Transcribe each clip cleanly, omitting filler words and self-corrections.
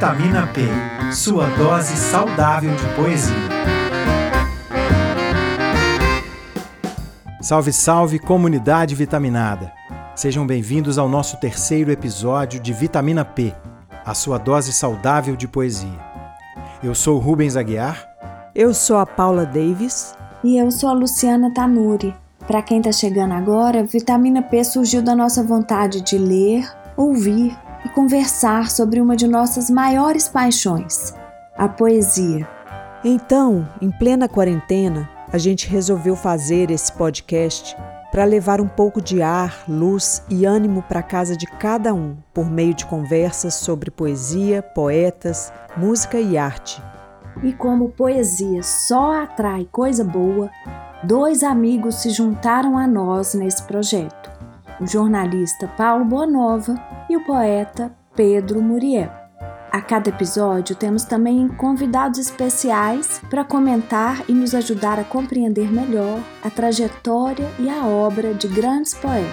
Vitamina P, sua dose saudável de poesia. Salve, salve, comunidade vitaminada! Sejam bem-vindos ao nosso terceiro episódio de Vitamina P, a sua dose saudável de poesia. Eu sou o Rubens Aguiar. Eu sou a Paula Davis. E eu sou a Luciana Tanuri. Para quem está chegando agora, Vitamina P surgiu da nossa vontade de ler, ouvir e conversar sobre uma de nossas maiores paixões, a poesia. Então, em plena quarentena, a gente resolveu fazer esse podcast para levar um pouco de ar, luz e ânimo para a casa de cada um, por meio de conversas sobre poesia, poetas, música e arte. E como poesia só atrai coisa boa, 2 amigos se juntaram a nós nesse projeto: o jornalista Paulo Bonova e o poeta Pedro Muriel. A cada episódio temos também convidados especiais para comentar e nos ajudar a compreender melhor a trajetória e a obra de grandes poetas.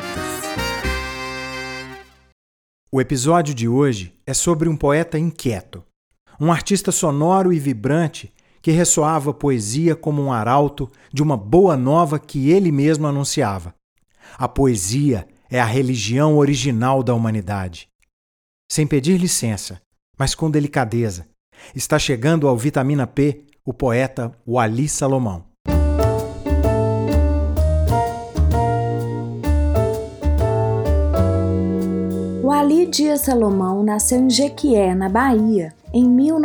O episódio de hoje é sobre um poeta inquieto, um artista sonoro e vibrante que ressoava poesia como um arauto de uma boa nova que ele mesmo anunciava. A poesia é a religião original da humanidade. Sem pedir licença, mas com delicadeza, está chegando ao Vitamina P o poeta Wally Salomão. Wally Dias Salomão nasceu em Jequié, na Bahia, em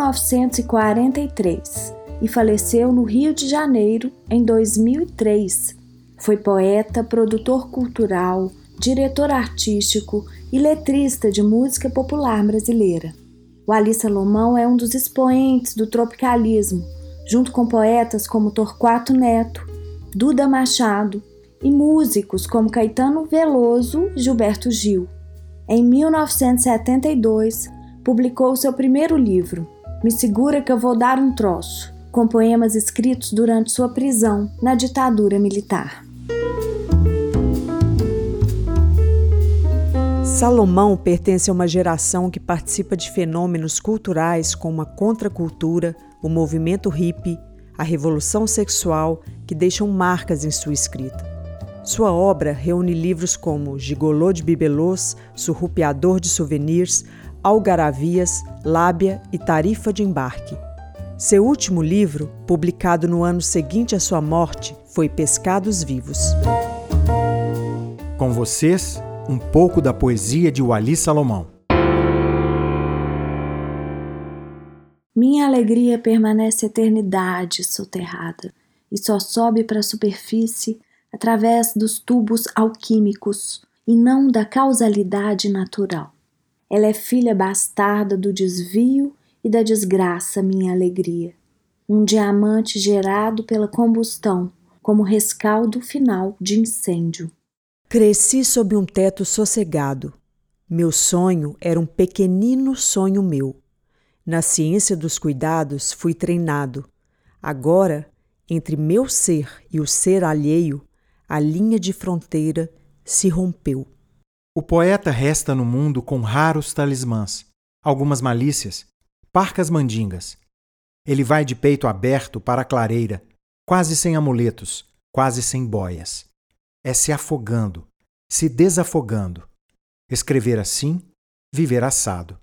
1943 e faleceu no Rio de Janeiro em 2003. Foi poeta, produtor cultural, diretor artístico e letrista de música popular brasileira. Wally Salomão é um dos expoentes do tropicalismo, junto com poetas como Torquato Neto, Duda Machado e músicos como Caetano Veloso e Gilberto Gil. Em 1972, publicou seu primeiro livro, Me Segura que eu vou dar um troço, com poemas escritos durante sua prisão na ditadura militar. Salomão pertence a uma geração que participa de fenômenos culturais como a contracultura, o movimento hippie, a revolução sexual, que deixam marcas em sua escrita. Sua obra reúne livros como Gigolô de Bibelôs, Surrupiador de Souvenirs, Algaravias, Lábia e Tarifa de Embarque. Seu último livro, publicado no ano seguinte à sua morte, foi Pescados Vivos. Com vocês, um pouco da poesia de Wally Salomão. Minha alegria permanece eternidade soterrada e só sobe para a superfície através dos tubos alquímicos e não da causalidade natural. Ela é filha bastarda do desvio e da desgraça, minha alegria. Um diamante gerado pela combustão, como rescaldo final de incêndio. Cresci sob um teto sossegado. Meu sonho era um pequenino sonho meu. Na ciência dos cuidados fui treinado. Agora, entre meu ser e o ser alheio, a linha de fronteira se rompeu. O poeta resta no mundo com raros talismãs, algumas malícias, parcas mandingas. Ele vai de peito aberto para a clareira, quase sem amuletos, quase sem boias. É se afogando, se desafogando. Escrever assim, viver assado.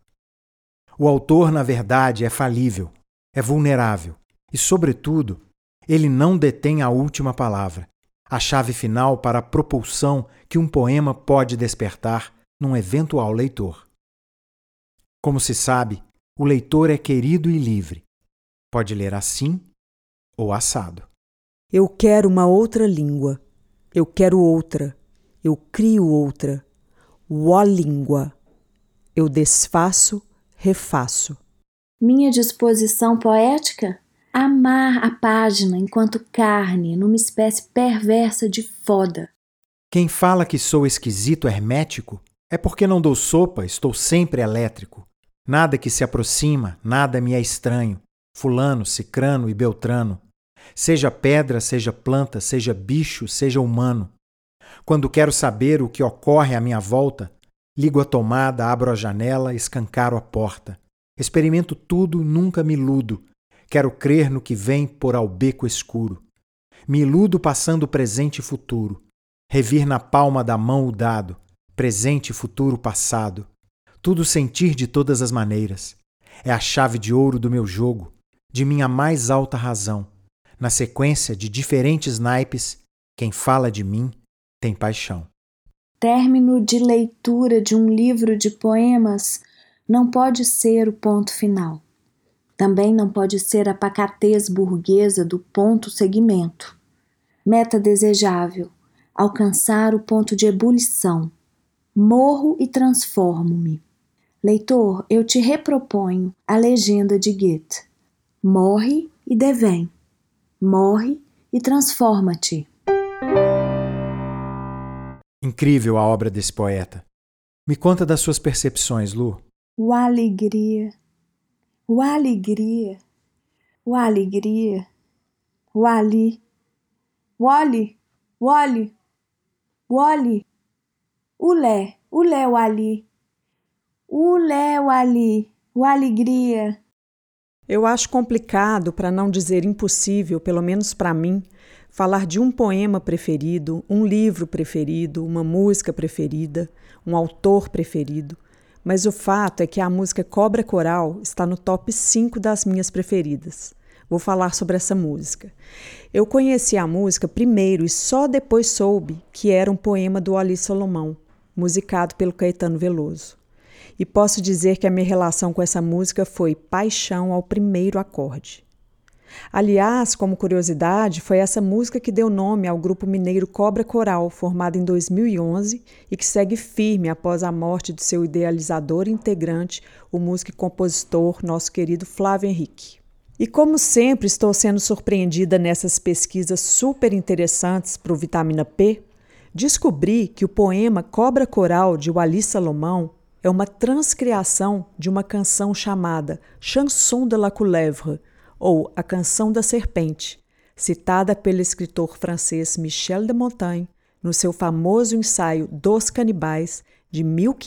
O autor, na verdade, é falível, é vulnerável e, sobretudo, ele não detém a última palavra, a chave final para a propulsão que um poema pode despertar num eventual leitor. Como se sabe, o leitor é querido e livre. Pode ler assim ou assado. Eu quero uma outra língua. Eu quero outra. Eu crio outra. Língua. Eu desfaço, refaço. Minha disposição poética? Amar a página enquanto carne numa espécie perversa de foda. Quem fala que sou esquisito hermético é porque não dou sopa, estou sempre elétrico. Nada que se aproxima, nada me é estranho. Fulano, cicrano e beltrano. Seja pedra, seja planta, seja bicho, seja humano. Quando quero saber o que ocorre à minha volta, ligo a tomada, abro a janela, escancaro a porta. Experimento tudo, nunca me iludo. Quero crer no que vem por ao beco escuro. Me iludo passando presente e futuro. Revir na palma da mão o dado, presente e futuro passado. Tudo sentir de todas as maneiras. É a chave de ouro do meu jogo, de minha mais alta razão. Na sequência de diferentes naipes, quem fala de mim tem paixão. Término de leitura de um livro de poemas não pode ser o ponto final. Também não pode ser a pacatez burguesa do ponto-segmento. Meta desejável, alcançar o ponto de ebulição. Morro e transformo-me. Leitor, eu te reproponho a legenda de Goethe. Morre e devém. Morre e transforma-te. Incrível a obra desse poeta. Me conta das suas percepções, Lu. O alegria, o alegria, o alegria, o ali, o oli, o oli, o oli, o lé, o ali, o lé, o ali, o alegria. Eu acho complicado, para não dizer impossível, pelo menos para mim, falar de um poema preferido, um livro preferido, uma música preferida, um autor preferido, mas o fato é que a música Cobra Coral está no top 5 das minhas preferidas. Vou falar sobre essa música. Eu conheci a música primeiro e só depois soube que era um poema do Alí Salomão, musicado pelo Caetano Veloso. E posso dizer que a minha relação com essa música foi paixão ao primeiro acorde. Aliás, como curiosidade, foi essa música que deu nome ao grupo mineiro Cobra Coral, formado em 2011 e que segue firme após a morte de seu idealizador e integrante, o músico e compositor, nosso querido Flávio Henrique. E como sempre estou sendo surpreendida nessas pesquisas super interessantes para o Vitamina P, descobri que o poema Cobra Coral de Alí Salomão é uma transcriação de uma canção chamada Chanson de la Couleuvre, ou A Canção da Serpente, citada pelo escritor francês Michel de Montaigne no seu famoso ensaio Dos Canibais, de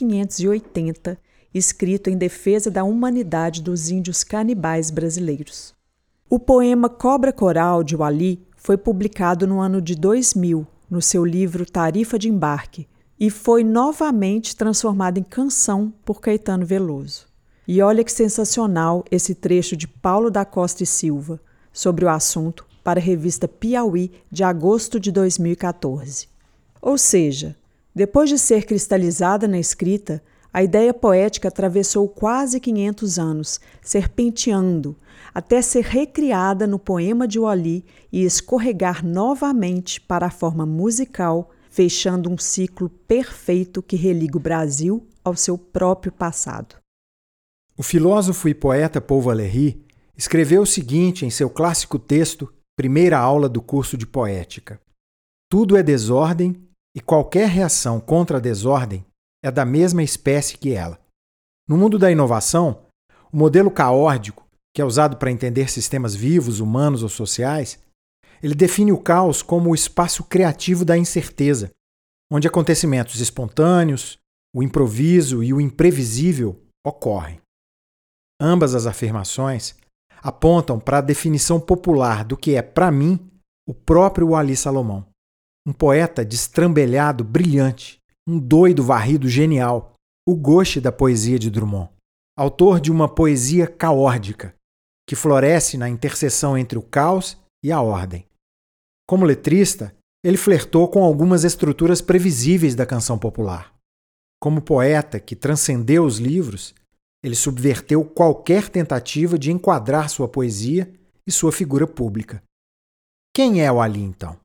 1580, escrito em defesa da humanidade dos índios canibais brasileiros. O poema Cobra Coral de Alí foi publicado no ano de 2000, no seu livro Tarifa de Embarque, e foi novamente transformado em canção por Caetano Veloso. E olha que sensacional esse trecho de Paulo da Costa e Silva sobre o assunto para a revista Piauí de agosto de 2014. Ou seja, depois de ser cristalizada na escrita, a ideia poética atravessou quase 500 anos, serpenteando, até ser recriada no poema de Alí e escorregar novamente para a forma musical, fechando um ciclo perfeito que religa o Brasil ao seu próprio passado. O filósofo e poeta Paul Valéry escreveu o seguinte em seu clássico texto, Primeira Aula do Curso de Poética: tudo é desordem e qualquer reação contra a desordem é da mesma espécie que ela. No mundo da inovação, o modelo caórdico, que é usado para entender sistemas vivos, humanos ou sociais, ele define o caos como o espaço criativo da incerteza, onde acontecimentos espontâneos, o improviso e o imprevisível ocorrem. Ambas as afirmações apontam para a definição popular do que é, para mim, o próprio Alí Salomão. Um poeta destrambelhado, brilhante, um doido varrido genial, o Gauche da poesia de Drummond. Autor de uma poesia caórdica, que floresce na interseção entre o caos e a ordem. Como letrista, ele flertou com algumas estruturas previsíveis da canção popular. Como poeta que transcendeu os livros, ele subverteu qualquer tentativa de enquadrar sua poesia e sua figura pública. Quem é o Alí, então?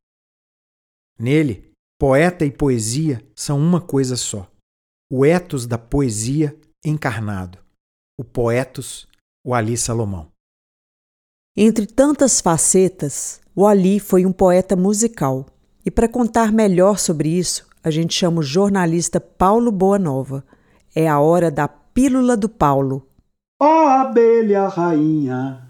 Nele, poeta e poesia são uma coisa só. O ethos da poesia encarnado. O poetos, o Alí Salomão. Entre tantas facetas, o Alí foi um poeta musical. E para contar melhor sobre isso, a gente chama o jornalista Paulo Boanova. É a hora da Pílula do Paulo. Ó abelha rainha,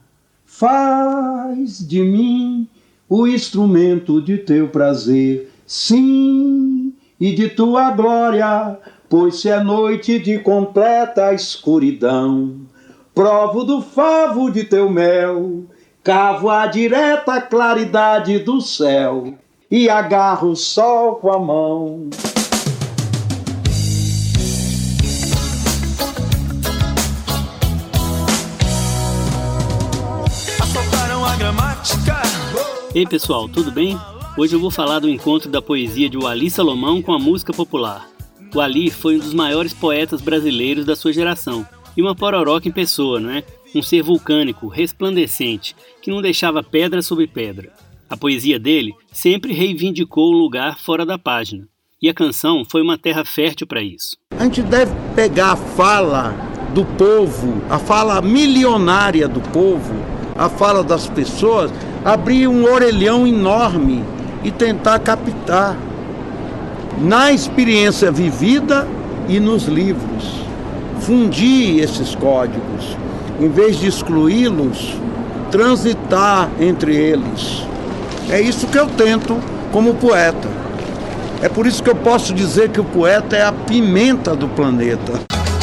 faz de mim o instrumento de teu prazer, sim, e de tua glória, pois se é noite de completa escuridão, provo do favo de teu mel, cavo a direta claridade do céu e agarro o sol com a mão. Assaltaram a gramática. Ei pessoal, tudo bem? Hoje eu vou falar do encontro da poesia de Wally Salomão com a música popular. Wally foi um dos maiores poetas brasileiros da sua geração, e uma pororoca em pessoa, não é? Um ser vulcânico, resplandecente, que não deixava pedra sobre pedra. A poesia dele sempre reivindicou um lugar fora da página, e a canção foi uma terra fértil para isso. A gente deve pegar a fala do povo, a fala milionária do povo, a fala das pessoas, abrir um orelhão enorme e tentar captar na experiência vivida e nos livros. Fundir esses códigos, em vez de excluí-los, transitar entre eles. É isso que eu tento como poeta. É por isso que eu posso dizer que o poeta é a pimenta do planeta.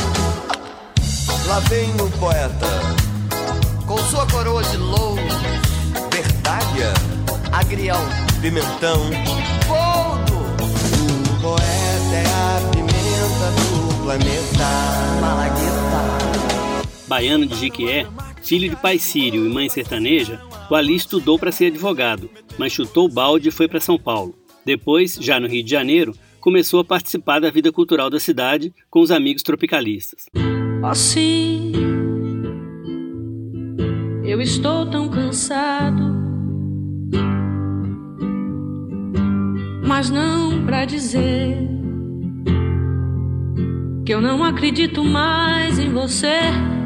Lá vem o poeta, com sua coroa de louros, verdalha, agrião, pimentão, poldo. O poeta é a pimenta do planeta. Malagueta. Baiano de Jiquié, filho de pai sírio e mãe sertaneja, Wally estudou para ser advogado, mas chutou o balde e foi para São Paulo. Depois, já no Rio de Janeiro, começou a participar da vida cultural da cidade com os amigos tropicalistas. Oh, sim, eu estou tão cansado, mas não pra dizer que eu não acredito mais em você.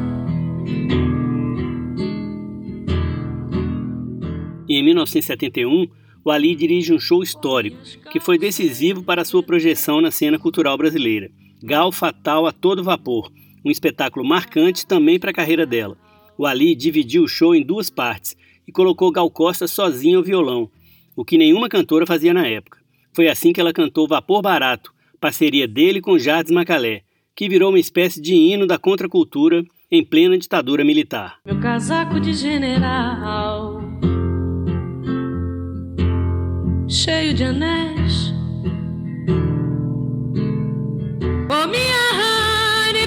E em 1971, Wally dirige um show histórico, que foi decisivo para a sua projeção na cena cultural brasileira. Gal Fatal a todo vapor, um espetáculo marcante também para a carreira dela. Wally dividiu o show em duas partes e colocou Gal Costa sozinha ao violão, o que nenhuma cantora fazia na época. Foi assim que ela cantou Vapor Barato, parceria dele com Jardim Macalé, que virou uma espécie de hino da contracultura em plena ditadura militar. Meu casaco de general, cheio de anéis, oh minha honey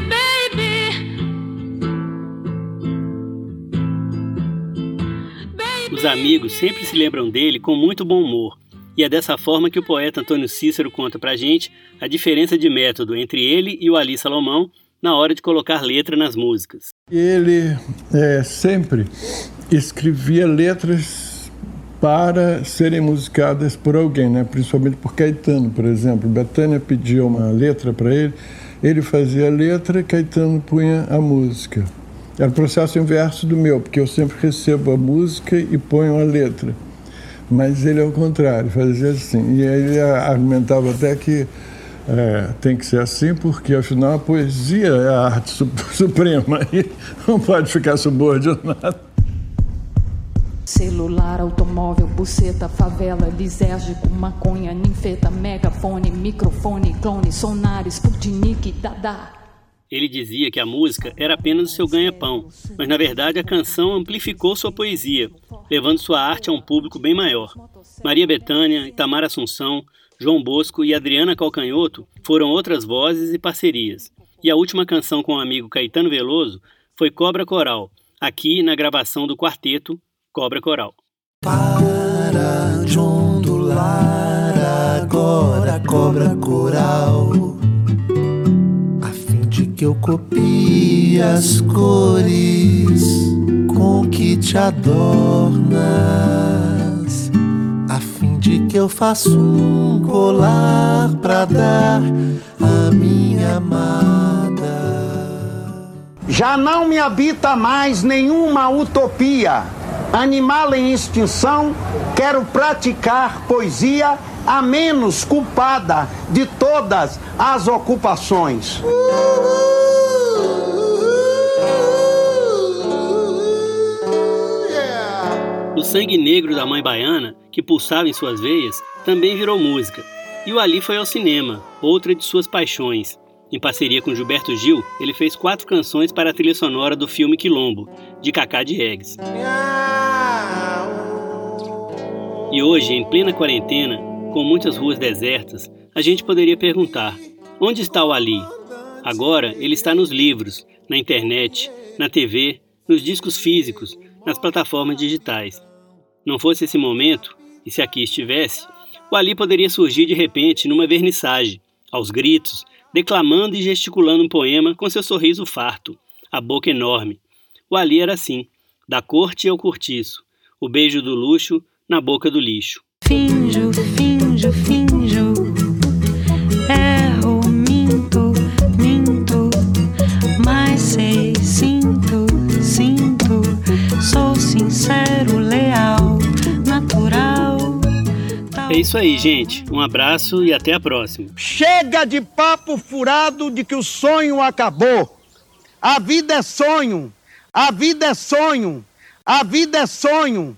baby. Os amigos sempre se lembram dele com muito bom humor, e é dessa forma que o poeta Antônio Cícero conta pra gente a diferença de método entre ele e o Wally Salomão na hora de colocar letra nas músicas. Ele sempre escrevia letras para serem musicadas por alguém, né? Principalmente por Caetano, por exemplo. Bethânia pedia uma letra para ele, ele fazia a letra, Caetano punha a música. Era o processo inverso do meu, porque eu sempre recebo a música e ponho a letra. Mas ele é o contrário, fazia assim. E aí ele argumentava até que tem que ser assim, porque afinal a poesia é a arte suprema e não pode ficar subordinado. Celular, automóvel, buceta, favela, lisérgico, maconha, ninfeta, megafone, microfone, clone, sonar, Sputnik, dadá. Ele dizia que a música era apenas o seu ganha-pão, mas na verdade a canção amplificou sua poesia, levando sua arte a um público bem maior. Maria Bethânia, Itamar Assunção, João Bosco e Adriana Calcanhoto foram outras vozes e parcerias. E a última canção com o amigo Caetano Veloso foi Cobra Coral, aqui na gravação do quarteto Cobra Coral. Para de ondular agora, cobra coral, a fim de que eu copie as cores com que te adornas, a fim de que eu faça um colar pra dar a minha amada. Já não me habita mais nenhuma utopia. Animal em extinção, quero praticar poesia a menos culpada de todas as ocupações. O sangue negro da mãe baiana, que pulsava em suas veias, também virou música. E o Wally foi ao cinema, outra de suas paixões. Em parceria com Gilberto Gil, ele fez 4 canções para a trilha sonora do filme Quilombo, de Cacá Diegues. E hoje, em plena quarentena, com muitas ruas desertas, a gente poderia perguntar: onde está o Ali? Agora ele está nos livros, na internet, na TV, nos discos físicos, nas plataformas digitais. Não fosse esse momento, e se aqui estivesse, o Ali poderia surgir de repente numa vernissage, aos gritos, declamando e gesticulando um poema com seu sorriso farto, a boca enorme. O Ali era assim, da corte ao cortiço, o beijo do luxo na boca do lixo. Finjo, finjo, finjo. Erro, minto, minto. Mas sei, sinto, sinto. Sou sincero, leal, natural. É isso aí, gente. Um abraço e até a próxima. Chega de papo furado de que o sonho acabou. A vida é sonho. A vida é sonho. A vida é sonho.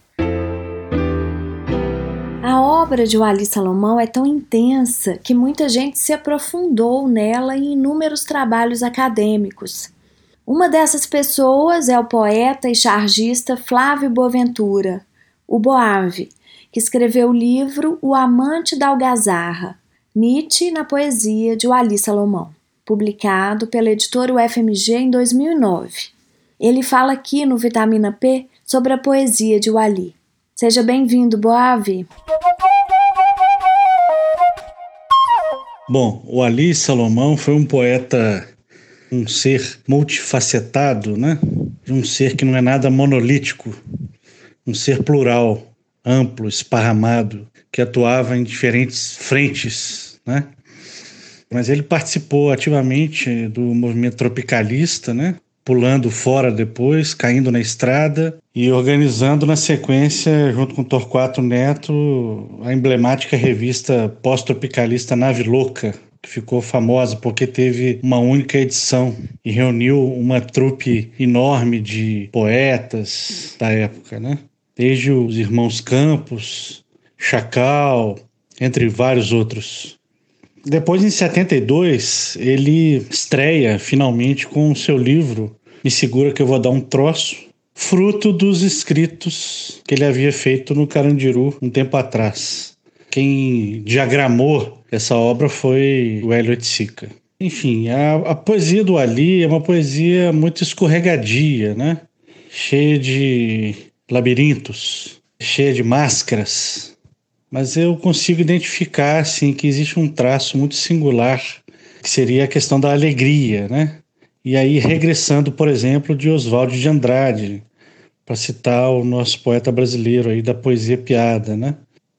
A obra de Wally Salomão é tão intensa que muita gente se aprofundou nela em inúmeros trabalhos acadêmicos. Uma dessas pessoas é o poeta e chargista Flávio Boaventura, o Boave, que escreveu o livro O Amante da Algazarra, Nietzsche na poesia de Wally Salomão, publicado pela editora UFMG em 2009. Ele fala aqui no Vitamina P sobre a poesia de Wally. Seja bem-vindo, Boave. Bom, o Wally Salomão foi um poeta, um ser multifacetado, né? Um ser que não é nada monolítico, um ser plural, amplo, esparramado, que atuava em diferentes frentes, né? Mas ele participou ativamente do movimento tropicalista, né? Pulando fora depois, caindo na estrada e organizando na sequência, junto com Torquato Neto, a emblemática revista pós-tropicalista Nave Louca, que ficou famosa porque teve uma única edição e reuniu uma trupe enorme de poetas da época, né? Desde os irmãos Campos, Chacal, entre vários outros. Depois, em 72, ele estreia finalmente com o seu livro Me Segura Que Eu Vou Dar um Troço, fruto dos escritos que ele havia feito no Carandiru um tempo atrás. Quem diagramou essa obra foi o Hélio Oiticica. Enfim, a poesia do Wally é uma poesia muito escorregadia, né? Cheia de labirintos, cheia de máscaras. Mas eu consigo identificar assim, que existe um traço muito singular, que seria a questão da alegria, né? E aí regressando, por exemplo, de Oswald de Andrade, para citar o nosso poeta brasileiro aí da poesia piada, né?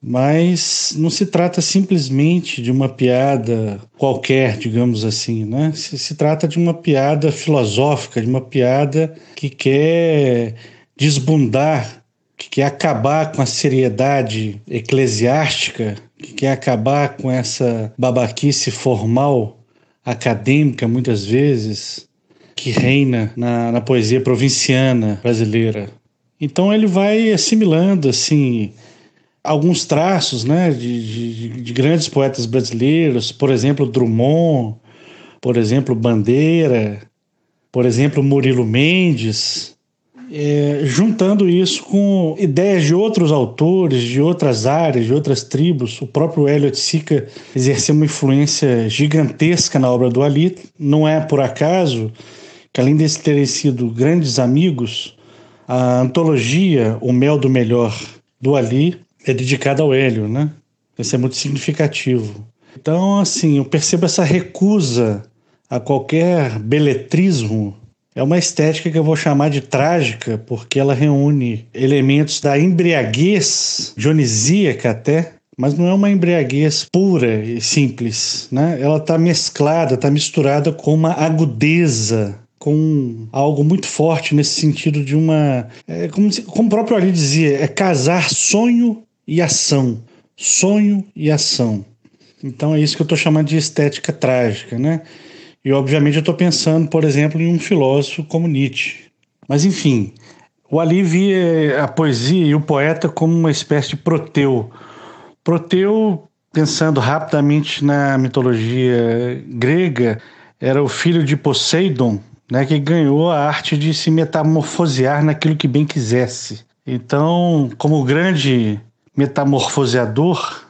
Mas não se trata simplesmente de uma piada qualquer, digamos assim, né? Se trata de uma piada filosófica, de uma piada que quer desbundar, que quer acabar com a seriedade eclesiástica, que quer acabar com essa babaquice formal, acadêmica, muitas vezes, que reina na poesia provinciana brasileira. Então ele vai assimilando, assim, alguns traços, né, de grandes poetas brasileiros, por exemplo, Drummond, por exemplo, Bandeira, por exemplo, Murilo Mendes, juntando isso com ideias de outros autores, de outras áreas, de outras tribos. O próprio Hélio Oiticica exerceu uma influência gigantesca na obra do Wally. Não é por acaso que, além de terem sido grandes amigos, a antologia O Mel do Melhor do Wally é dedicada ao Hélio, né? Isso é muito significativo. Então, assim, eu percebo essa recusa a qualquer beletrismo. É uma estética que eu vou chamar de trágica, porque ela reúne elementos da embriaguez dionisíaca até, mas não é uma embriaguez pura e simples, né? Ela está mesclada, está misturada com uma agudeza, com algo muito forte nesse sentido de uma... como o próprio Ali dizia, é casar sonho e ação. Sonho e ação. Então é isso que eu estou chamando de estética trágica, né? E, obviamente, eu estou pensando, por exemplo, em um filósofo como Nietzsche. Mas, enfim, o Wally via a poesia e o poeta como uma espécie de Proteu. Proteu, pensando rapidamente na mitologia grega, era o filho de Poseidon, né, que ganhou a arte de se metamorfosear naquilo que bem quisesse. Então, como grande metamorfoseador,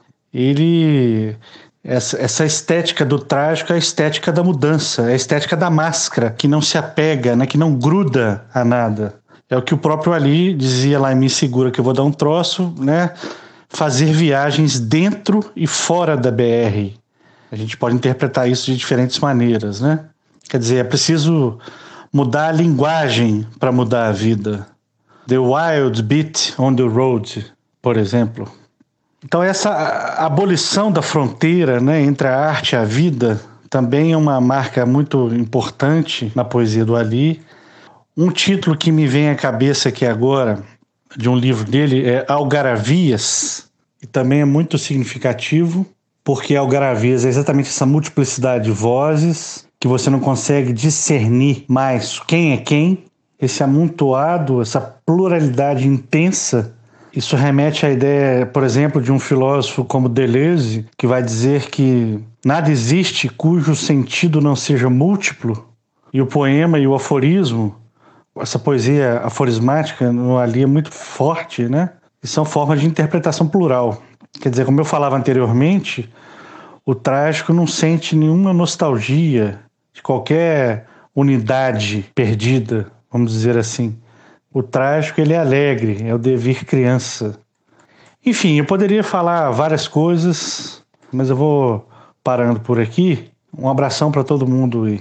essa estética do trágico é a estética da mudança, é a estética da máscara, que não se apega, né, que não gruda a nada. É o que o próprio Ali dizia lá em Me Segura, que eu vou dar um troço, né, fazer viagens dentro e fora da BR. A gente pode interpretar isso de diferentes maneiras, né? Quer dizer, é preciso mudar a linguagem para mudar a vida. The wild beat on the road, por exemplo. Então essa abolição da fronteira, né, entre a arte e a vida também é uma marca muito importante na poesia do Ali. Um título que me vem à cabeça aqui agora, de um livro dele, é Algaravias, e também é muito significativo, porque Algaravias é exatamente essa multiplicidade de vozes, que você não consegue discernir mais quem é quem, esse amontoado, essa pluralidade intensa. Isso remete à ideia, por exemplo, de um filósofo como Deleuze, que vai dizer que nada existe cujo sentido não seja múltiplo, e o poema e o aforismo, essa poesia aforismática no Ali é muito forte, né? E são formas de interpretação plural. Quer dizer, como eu falava anteriormente, o trágico não sente nenhuma nostalgia de qualquer unidade perdida, vamos dizer assim. O trágico, ele é alegre, é o devir criança. Enfim, eu poderia falar várias coisas, mas eu vou parando por aqui. Um abração para todo mundo aí.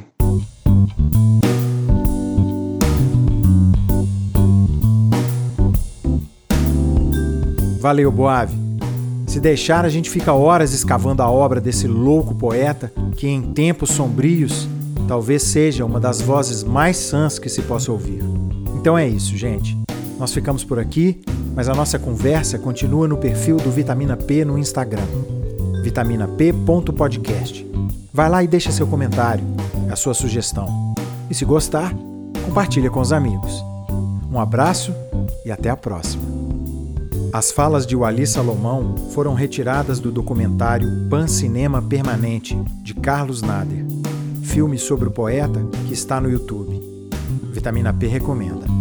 Valeu, Boave. Se deixar, a gente fica horas escavando a obra desse louco poeta que, em tempos sombrios, talvez seja uma das vozes mais sãs que se possa ouvir. Então é isso, gente. Nós ficamos por aqui, mas a nossa conversa continua no perfil do Vitamina P no Instagram, vitaminap.podcast. Vai lá e deixa seu comentário, a sua sugestão. E se gostar, compartilha com os amigos. Um abraço e até a próxima. As falas de Wally Salomão foram retiradas do documentário Pancinema Permanente, de Carlos Nader, filme sobre o poeta que está no YouTube. Vitamina P recomenda.